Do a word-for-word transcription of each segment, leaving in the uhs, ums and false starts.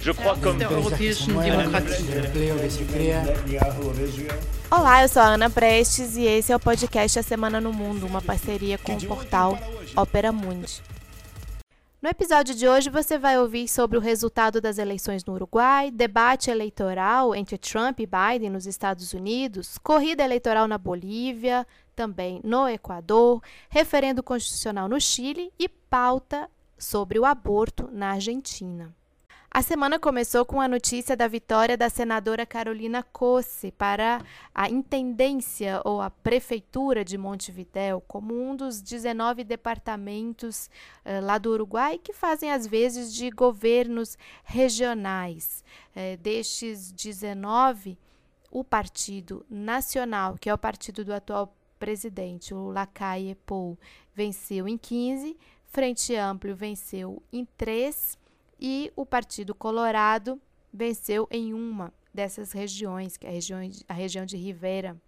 Je crois comme der europäischen Demokratie. Olá, eu sou a Ana Prestes e esse é o podcast A Semana no Mundo, uma parceria com o portal Opera Mundi. No episódio de hoje você vai ouvir sobre o resultado das eleições no Uruguai, debate eleitoral entre Trump e Biden nos Estados Unidos, corrida eleitoral na Bolívia, também no Equador, referendo constitucional no Chile e pauta sobre o aborto na Argentina. A semana começou com a notícia da vitória da senadora Carolina Cose para a intendência ou a prefeitura de Montevidéu, como um dos dezenove departamentos eh, lá do Uruguai que fazem às vezes de governos regionais. Eh, destes dezenove, o Partido Nacional, que é o partido do atual presidente, o Lacalle Pou, venceu em quinze, Frente Amplio venceu em três, e o Partido Colorado venceu em uma dessas regiões, que é a região, a região de Rivera.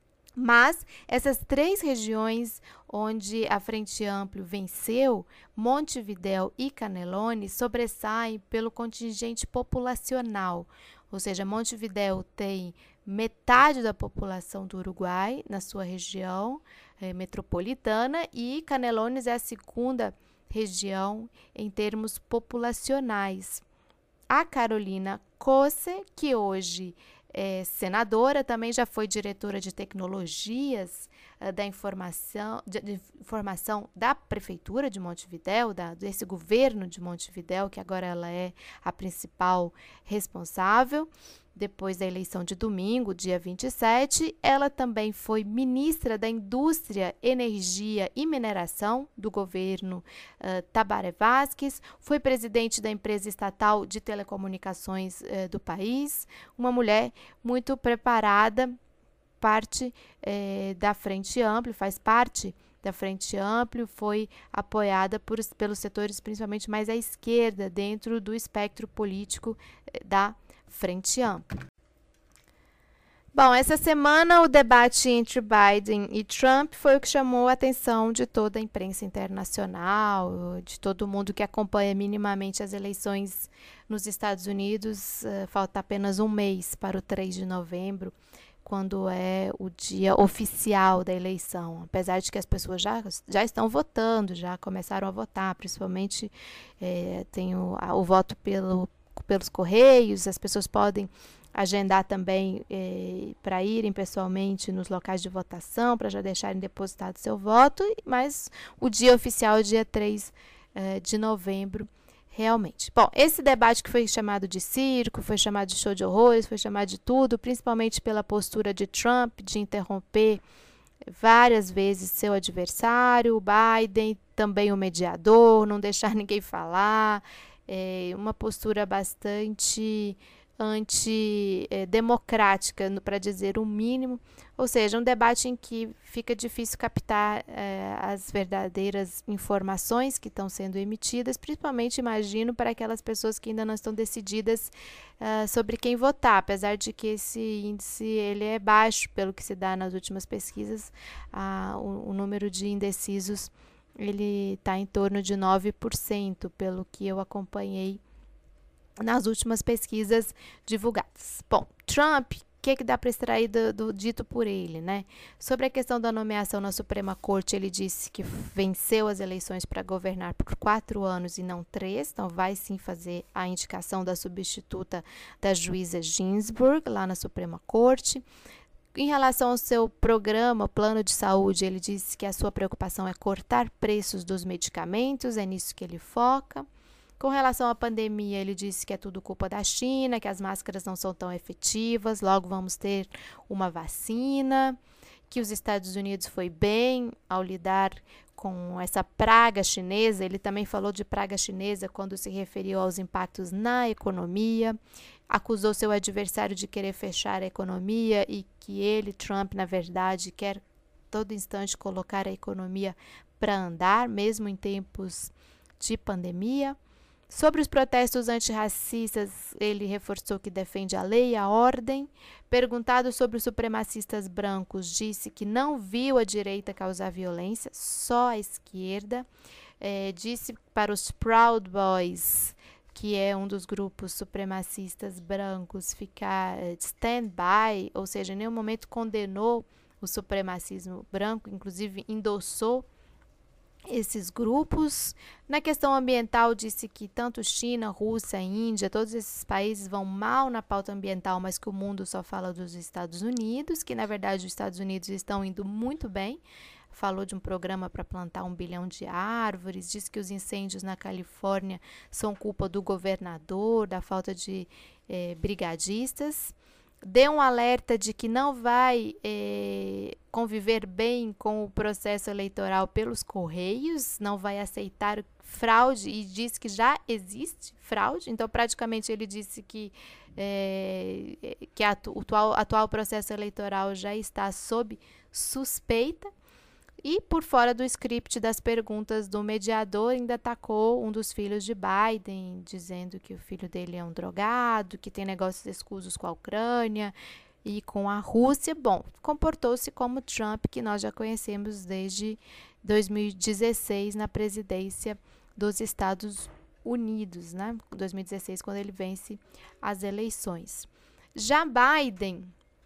Mas essas três regiões onde a Frente Amplio venceu, Montevidéu e Canelones, sobressaem pelo contingente populacional. Ou seja, Montevidéu tem metade da população do Uruguai na sua região eh, metropolitana e Canelones é a segunda região em termos populacionais. A Carolina Cose, que hoje é senadora, também já foi diretora de tecnologias uh, da informação, de, de informação da prefeitura de Montevidéu, da, desse governo de Montevidéu, que agora ela é a principal responsável. Depois da eleição de domingo, dia vinte e sete, ela também foi ministra da Indústria, Energia e Mineração do governo uh, Tabaré Vázquez, foi presidente da empresa estatal de telecomunicações uh, do país, uma mulher muito preparada, parte uh, da Frente Amplio, faz parte da Frente Amplio, foi apoiada por, pelos setores principalmente mais à esquerda dentro do espectro político uh, da Frente Ampla. Bom, essa semana o debate entre Biden e Trump foi o que chamou a atenção de toda a imprensa internacional, de todo mundo que acompanha minimamente as eleições nos Estados Unidos. Uh, falta apenas um mês para o três de novembro, quando é o dia oficial da eleição, apesar de que as pessoas já, já estão votando, já começaram a votar, principalmente é, tem o, a, o voto pelo pelos correios, as pessoas podem agendar também eh, para irem pessoalmente nos locais de votação, para já deixarem depositado seu voto, mas o dia oficial é o dia três eh, de novembro, realmente. Bom, esse debate que foi chamado de circo, foi chamado de show de horrores, foi chamado de tudo, principalmente pela postura de Trump de interromper várias vezes seu adversário, o Biden, também o mediador, não deixar ninguém falar, é uma postura bastante antidemocrática, para dizer o mínimo, ou seja, um debate em que fica difícil captar é, as verdadeiras informações que estão sendo emitidas, principalmente, imagino, para aquelas pessoas que ainda não estão decididas uh, sobre quem votar, apesar de que esse índice ele é baixo, pelo que se dá nas últimas pesquisas, uh, o, o número de indecisos ele está em torno de nove por cento, pelo que eu acompanhei nas últimas pesquisas divulgadas. Bom, Trump, o que, que dá para extrair do, do dito por ele, né? Sobre a questão da nomeação na Suprema Corte, ele disse que venceu as eleições para governar por quatro anos e não três, então vai sim fazer a indicação da substituta da juíza Ginsburg lá na Suprema Corte. Em relação ao seu programa, plano de saúde, ele disse que a sua preocupação é cortar preços dos medicamentos, é nisso que ele foca. Com relação à pandemia, ele disse que é tudo culpa da China, que as máscaras não são tão efetivas, logo vamos ter uma vacina, que os Estados Unidos foi bem ao lidar com essa praga chinesa. Ele também falou de praga chinesa quando se referiu aos impactos na economia, acusou seu adversário de querer fechar a economia e que ele, Trump, na verdade, quer todo instante colocar a economia para andar, mesmo em tempos de pandemia. Sobre os protestos antirracistas, ele reforçou que defende a lei e a ordem. Perguntado sobre os supremacistas brancos, disse que não viu a direita causar violência, só a esquerda. É, disse para os Proud Boys que é um dos grupos supremacistas brancos, ficar stand-by, ou seja, em nenhum momento condenou o supremacismo branco, inclusive endossou esses grupos. Na questão ambiental, disse que tanto China, Rússia, Índia, todos esses países vão mal na pauta ambiental, mas que o mundo só fala dos Estados Unidos, que na verdade os Estados Unidos estão indo muito bem. Falou de um programa para plantar um bilhão de árvores, disse que os incêndios na Califórnia são culpa do governador, da falta de eh, brigadistas. Deu um alerta de que não vai eh, conviver bem com o processo eleitoral pelos Correios, não vai aceitar fraude e diz que já existe fraude. Então, praticamente, ele disse que, eh, que a, o atual, atual processo eleitoral já está sob suspeita. E, por fora do script das perguntas do mediador, ainda atacou um dos filhos de Biden, dizendo que o filho dele é um drogado, que tem negócios escusos com a Ucrânia e com a Rússia. Bom, comportou-se como Trump, que nós já conhecemos desde dois mil e dezesseis na presidência dos Estados Unidos, né? dois mil e dezesseis, quando ele vence as eleições. Já Biden,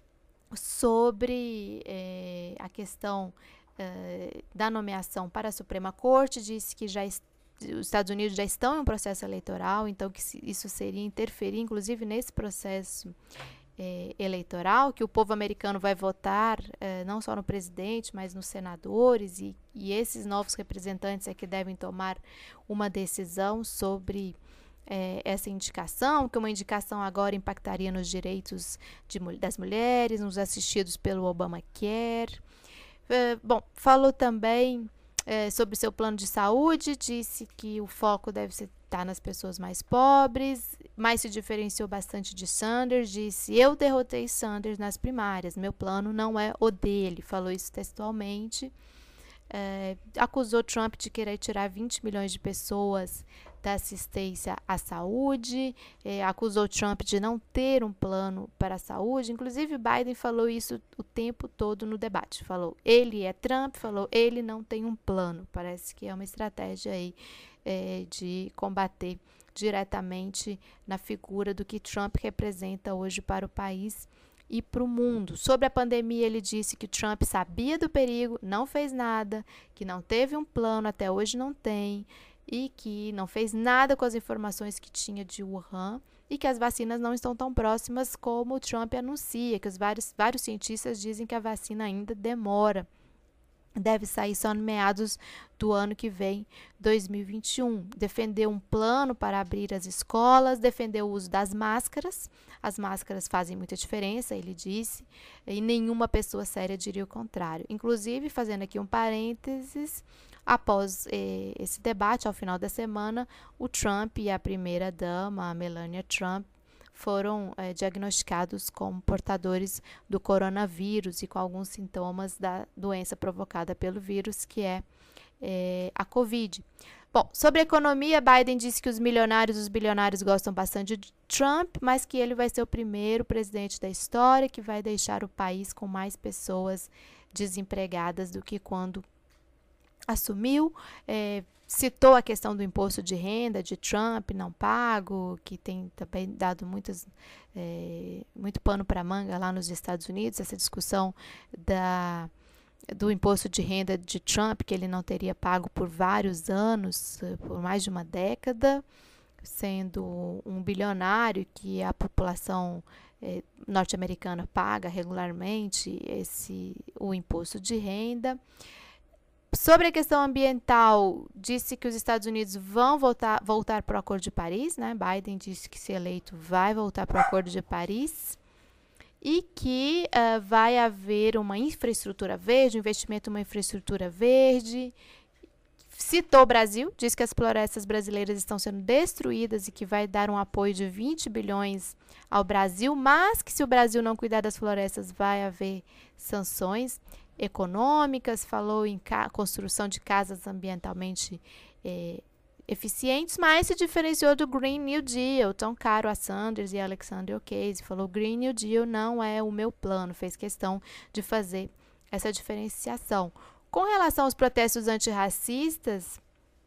sobre eh, a questão Uh, da nomeação para a Suprema Corte, disse que já est- os Estados Unidos já estão em um processo eleitoral, então que isso seria interferir, inclusive, nesse processo eh, eleitoral, que o povo americano vai votar eh, não só no presidente, mas nos senadores, e, e esses novos representantes é que devem tomar uma decisão sobre eh, essa indicação, que uma indicação agora impactaria nos direitos de, das mulheres, nos assistidos pelo Obamacare. Uh, bom, falou também uh, sobre seu plano de saúde, disse que o foco deve estar nas pessoas mais pobres, mas se diferenciou bastante de Sanders, disse: eu derrotei Sanders nas primárias, meu plano não é o dele, falou isso textualmente. Uh, acusou Trump de querer tirar vinte milhões de pessoas da assistência à saúde, eh, acusou Trump de não ter um plano para a saúde. Inclusive, Biden falou isso o tempo todo no debate. Falou, ele é Trump, falou, ele não tem um plano. Parece que é uma estratégia aí eh, de combater diretamente na figura do que Trump representa hoje para o país e para o mundo. Sobre a pandemia, ele disse que Trump sabia do perigo, não fez nada, que não teve um plano, até hoje não tem, e que não fez nada com as informações que tinha de Wuhan e que as vacinas não estão tão próximas como o Trump anuncia, que os vários, vários cientistas dizem que a vacina ainda demora. Deve sair só no meados do ano que vem, dois mil e vinte e um. Defendeu um plano para abrir as escolas, defendeu o uso das máscaras. As máscaras fazem muita diferença, ele disse, e nenhuma pessoa séria diria o contrário. Inclusive, fazendo aqui um parênteses, após eh, esse debate, ao final da semana, o Trump e a primeira-dama, a Melania Trump, foram eh, diagnosticados como portadores do coronavírus e com alguns sintomas da doença provocada pelo vírus, que é eh, a Covid. Bom, sobre a economia, Biden disse que os milionários e os bilionários gostam bastante de Trump, mas que ele vai ser o primeiro presidente da história que vai deixar o país com mais pessoas desempregadas do que quando assumiu. Eh, citou a questão do imposto de renda de Trump não pago, que tem também dado muitas, é, muito pano para manga lá nos Estados Unidos, essa discussão da, do imposto de renda de Trump, que ele não teria pago por vários anos, por mais de uma década, sendo um bilionário que a população é, norte-americana paga regularmente esse, o imposto de renda. Sobre a questão ambiental, disse que os Estados Unidos vão voltar, voltar para o Acordo de Paris, né? Biden disse que, se eleito, vai voltar para o Acordo de Paris e que uh, vai haver uma infraestrutura verde, um investimento em uma infraestrutura verde. Citou o Brasil, disse que as florestas brasileiras estão sendo destruídas e que vai dar um apoio de vinte bilhões ao Brasil, mas que se o Brasil não cuidar das florestas vai haver sanções econômicas. Falou em construção de casas ambientalmente eh, eficientes, mas se diferenciou do Green New Deal, tão caro a Sanders e a Alexander Ocasio. Falou, Green New Deal não é o meu plano, fez questão de fazer essa diferenciação. Com relação aos protestos antirracistas,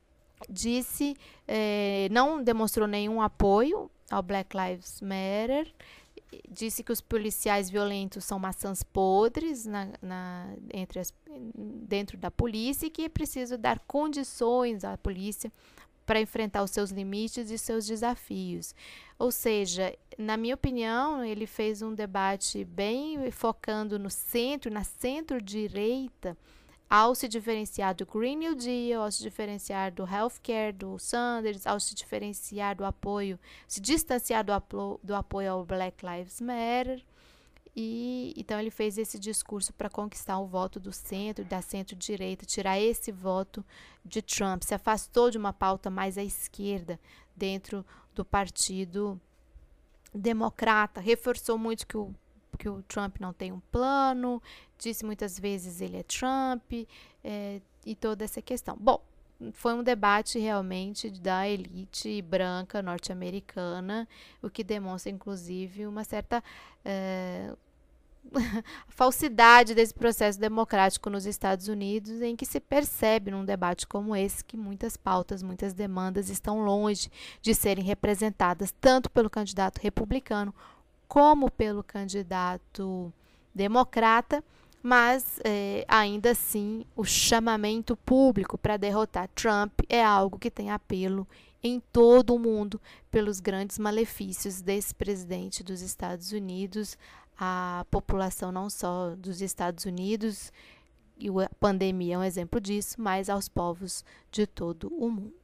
disse, eh, não demonstrou nenhum apoio ao Black Lives Matter, disse que os policiais violentos são maçãs podres na, na, entre as, dentro da polícia e que é preciso dar condições à polícia para enfrentar os seus limites e seus desafios. Ou seja, na minha opinião, ele fez um debate bem focando no centro, na centro-direita, ao se diferenciar do Green New Deal, ao se diferenciar do healthcare do Sanders, ao se diferenciar do apoio, se distanciar do, apo, do apoio ao Black Lives Matter. E então ele fez esse discurso para conquistar o voto do centro, da centro-direita, tirar esse voto de Trump. Se afastou de uma pauta mais à esquerda dentro do Partido Democrata, reforçou muito que o que o Trump não tem um plano, disse muitas vezes ele é Trump, é, e toda essa questão. Bom, foi um debate realmente da elite branca norte-americana, o que demonstra, inclusive, uma certa é, falsidade desse processo democrático nos Estados Unidos, em que se percebe num debate como esse que muitas pautas, muitas demandas estão longe de serem representadas tanto pelo candidato republicano como pelo candidato democrata, mas eh, ainda assim o chamamento público para derrotar Trump é algo que tem apelo em todo o mundo pelos grandes malefícios desse presidente dos Estados Unidos, à população não só dos Estados Unidos, e a pandemia é um exemplo disso, mas aos povos de todo o mundo.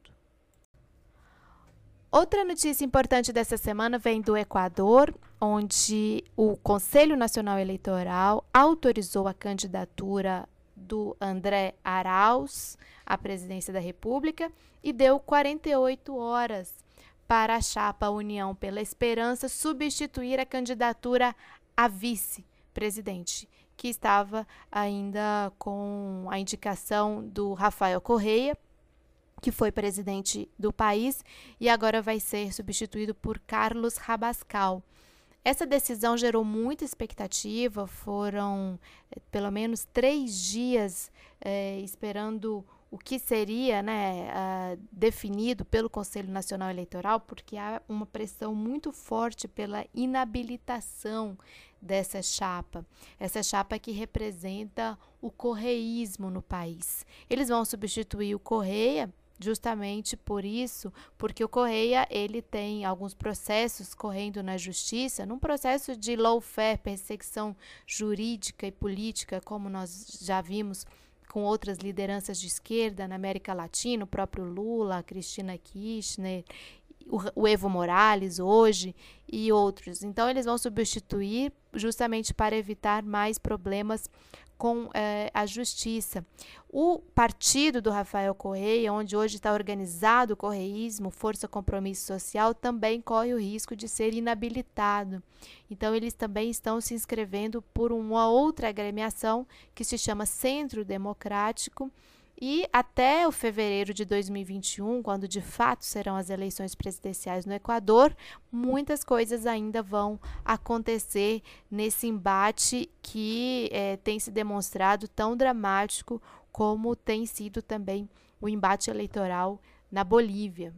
Outra notícia importante dessa semana vem do Equador, onde o Conselho Nacional Eleitoral autorizou a candidatura do André Arauz à presidência da República e deu quarenta e oito horas para a chapa União pela Esperança substituir a candidatura a vice-presidente, que estava ainda com a indicação do Rafael Correa, que foi presidente do país e agora vai ser substituído por Carlos Rabascal. Essa decisão gerou muita expectativa, foram eh, pelo menos três dias eh, esperando o que seria né, uh, definido pelo Conselho Nacional Eleitoral, porque há uma pressão muito forte pela inabilitação dessa chapa, essa chapa que representa o correísmo no país. Eles vão substituir o Correia, justamente por isso, porque o Correia ele tem alguns processos correndo na justiça, num processo de lawfare, perseguição jurídica e política, como nós já vimos com outras lideranças de esquerda na América Latina, o próprio Lula, a Cristina Kirchner, o, o Evo Morales hoje e outros. Então, eles vão substituir justamente para evitar mais problemas com eh, a justiça. O partido do Rafael Correa, onde hoje está organizado o correísmo, Força Compromisso Social, também corre o risco de ser inabilitado. Então, eles também estão se inscrevendo por uma outra agremiação que se chama Centro Democrático, e até o fevereiro de dois mil e vinte e um, quando de fato serão as eleições presidenciais no Equador, muitas coisas ainda vão acontecer nesse embate que eh, tem se demonstrado tão dramático como tem sido também o embate eleitoral na Bolívia.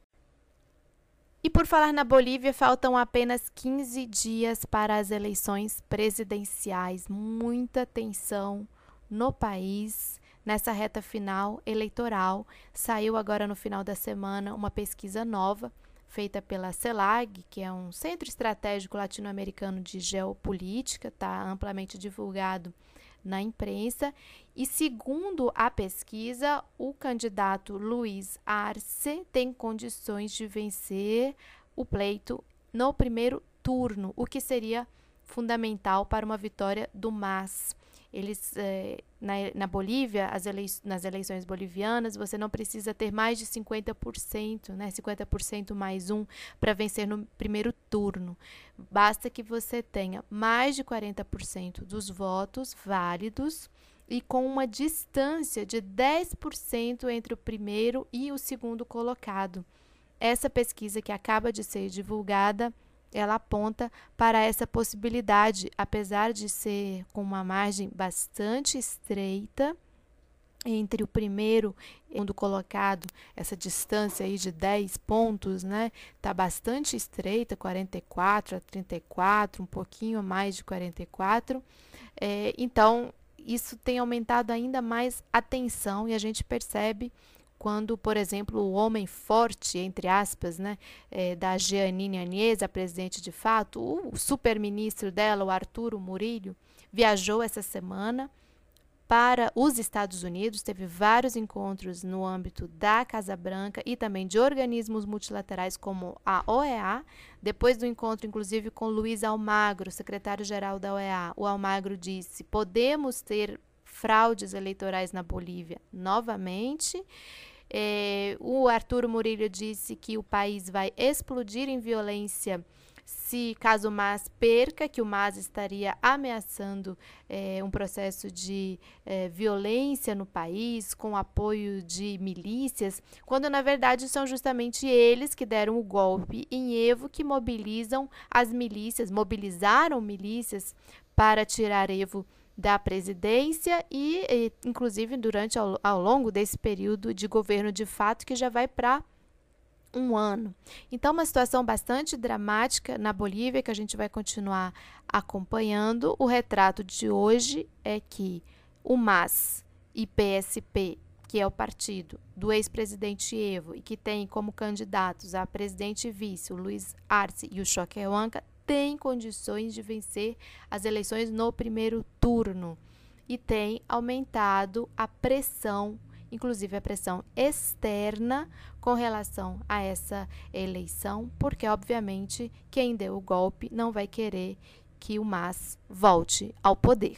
E por falar na Bolívia, faltam apenas quinze dias para as eleições presidenciais. Muita tensão no país. Nessa reta final eleitoral, saiu agora no final da semana uma pesquisa nova feita pela CELAG, que é um centro estratégico latino-americano de geopolítica, está amplamente divulgado na imprensa. E segundo a pesquisa, o candidato Luiz Arce tem condições de vencer o pleito no primeiro turno, o que seria fundamental para uma vitória do M A S. Eles, eh, na, na Bolívia, as elei nas eleições bolivianas, você não precisa ter mais de cinquenta por cento, né, cinquenta por cento mais um, para vencer no primeiro turno. Basta que você tenha mais de quarenta por cento dos votos válidos e com uma distância de dez por cento entre o primeiro e o segundo colocado. Essa pesquisa que acaba de ser divulgada, ela aponta para essa possibilidade, apesar de ser com uma margem bastante estreita, entre o primeiro e o segundo colocado, essa distância aí de dez pontos, né? Tá bastante estreita, quarenta e quatro a trinta e quatro, um pouquinho mais de quarenta e quatro. É, então, isso tem aumentado ainda mais a tensão e a gente percebe quando, por exemplo, o homem forte, entre aspas, né, é, da Jeanine Agnès, a presidente de fato, o super-ministro dela, o Arturo Murillo, viajou essa semana para os Estados Unidos, teve vários encontros no âmbito da Casa Branca e também de organismos multilaterais como a O E A. Depois do encontro, inclusive, com Luiz Almagro, secretário-geral da O E A, o Almagro disse: podemos ter fraudes eleitorais na Bolívia novamente. É, o Arturo Murillo disse que o país vai explodir em violência se caso o M A S perca, que o M A S estaria ameaçando é, um processo de é, violência no país, com apoio de milícias, quando na verdade são justamente eles que deram o golpe em Evo, que mobilizam as milícias, mobilizaram milícias para tirar Evo da presidência e, e inclusive, durante ao, ao longo desse período de governo de fato, que já vai para um ano. Então, uma situação bastante dramática na Bolívia, que a gente vai continuar acompanhando. O retrato de hoje é que o M A S e P S P, que é o partido do ex-presidente Evo e que tem como candidatos a presidente e vice o Luiz Arce e o Choque Huanca, tem condições de vencer as eleições no primeiro turno e tem aumentado a pressão, inclusive a pressão externa com relação a essa eleição, porque obviamente quem deu o golpe não vai querer que o M A S volte ao poder.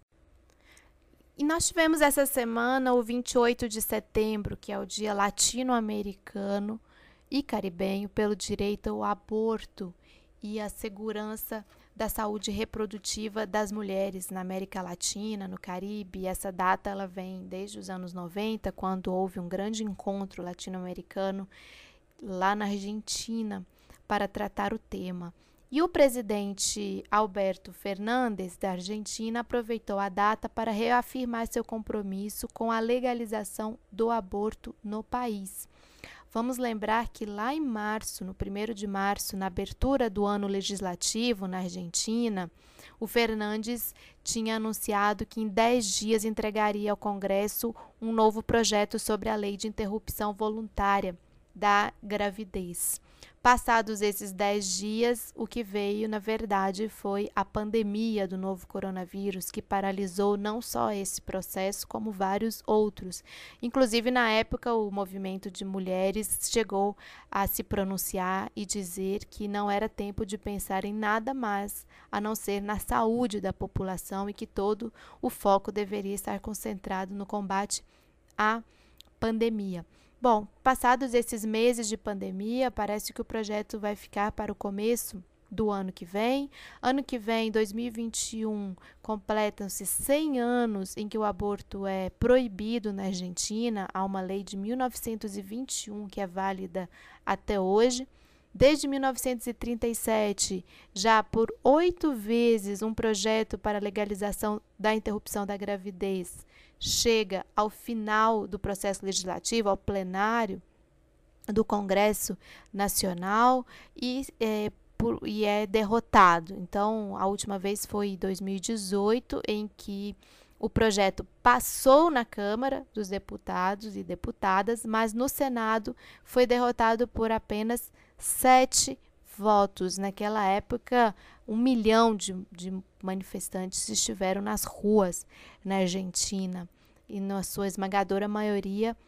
E nós tivemos essa semana o vinte e oito de setembro, que é o Dia Latino-Americano e Caribenho pelo direito ao aborto e a segurança da saúde reprodutiva das mulheres na América Latina, no Caribe. Essa data ela vem desde os anos noventa, quando houve um grande encontro latino-americano lá na Argentina para tratar o tema. E o presidente Alberto Fernandes, da Argentina, aproveitou a data para reafirmar seu compromisso com a legalização do aborto no país. Vamos lembrar que lá em março, no primeiro de março, na abertura do ano legislativo na Argentina, o Fernandes tinha anunciado que em dez dias entregaria ao Congresso um novo projeto sobre a lei de interrupção voluntária da gravidez. Passados esses dez dias, o que veio, na verdade, foi a pandemia do novo coronavírus, que paralisou não só esse processo, como vários outros. Inclusive, na época, o movimento de mulheres chegou a se pronunciar e dizer que não era tempo de pensar em nada mais, a não ser na saúde da população e que todo o foco deveria estar concentrado no combate à pandemia. Bom, passados esses meses de pandemia, parece que o projeto vai ficar para o começo do ano que vem. Ano que vem, dois mil e vinte e um, completam-se cem anos em que o aborto é proibido na Argentina. Há uma lei de mil novecentos e vinte e um que é válida até hoje. Desde mil novecentos e trinta e sete, já por oito vezes, um projeto para a legalização da interrupção da gravidez chega ao final do processo legislativo, ao plenário do Congresso Nacional e é, por, e é derrotado. Então, a última vez foi em dois mil e dezoito, em que o projeto passou na Câmara dos Deputados e Deputadas, mas no Senado foi derrotado por apenas sete votos. Naquela época, um milhão de, de manifestantes estiveram nas ruas na Argentina e na sua esmagadora maioria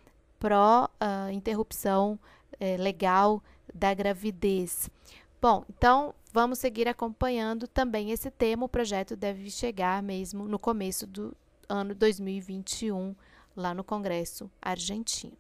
pró-interrupção uh, legal da gravidez. Bom, então vamos seguir acompanhando também esse tema. O projeto deve chegar mesmo no começo do ano dois mil e vinte e um, lá no Congresso argentino.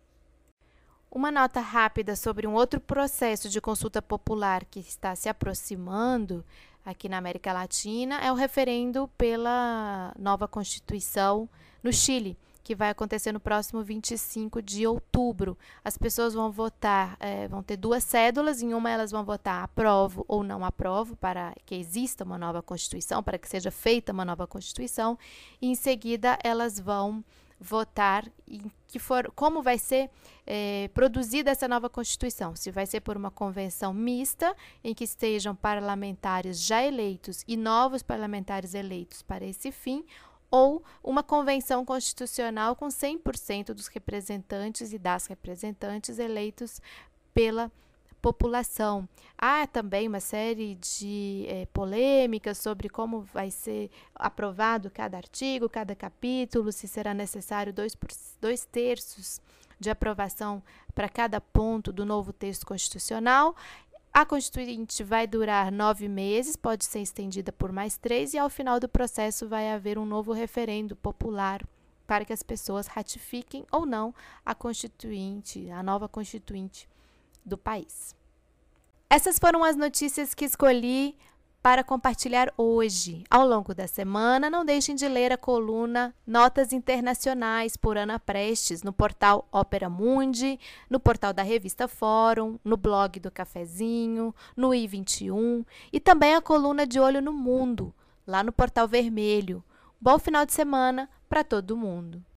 Uma nota rápida sobre um outro processo de consulta popular que está se aproximando aqui na América Latina é o referendo pela nova Constituição no Chile, que vai acontecer no próximo vinte e cinco de outubro. As pessoas vão votar, é, vão ter duas cédulas, em uma elas vão votar aprovo ou não aprovo para que exista uma nova Constituição, para que seja feita uma nova Constituição, e em seguida elas vão votar em que for, como vai ser é, produzida essa nova Constituição. Se vai ser por uma convenção mista, em que estejam parlamentares já eleitos e novos parlamentares eleitos para esse fim, ou uma convenção constitucional com cem por cento dos representantes e das representantes eleitos pela população. Há também uma série de é, polêmicas sobre como vai ser aprovado cada artigo, cada capítulo, se será necessário dois, por, dois terços de aprovação para cada ponto do novo texto constitucional. A Constituinte vai durar nove meses, pode ser estendida por mais três, e ao final do processo vai haver um novo referendo popular para que as pessoas ratifiquem ou não a Constituinte, a nova Constituinte do país. Essas foram as notícias que escolhi para compartilhar hoje. Ao longo da semana, não deixem de ler a coluna Notas Internacionais por Ana Prestes no portal Opera Mundi, no portal da revista Fórum, no blog do Cafezinho, no i vinte e um e também a coluna De Olho no Mundo, lá no portal Vermelho. Bom final de semana para todo mundo!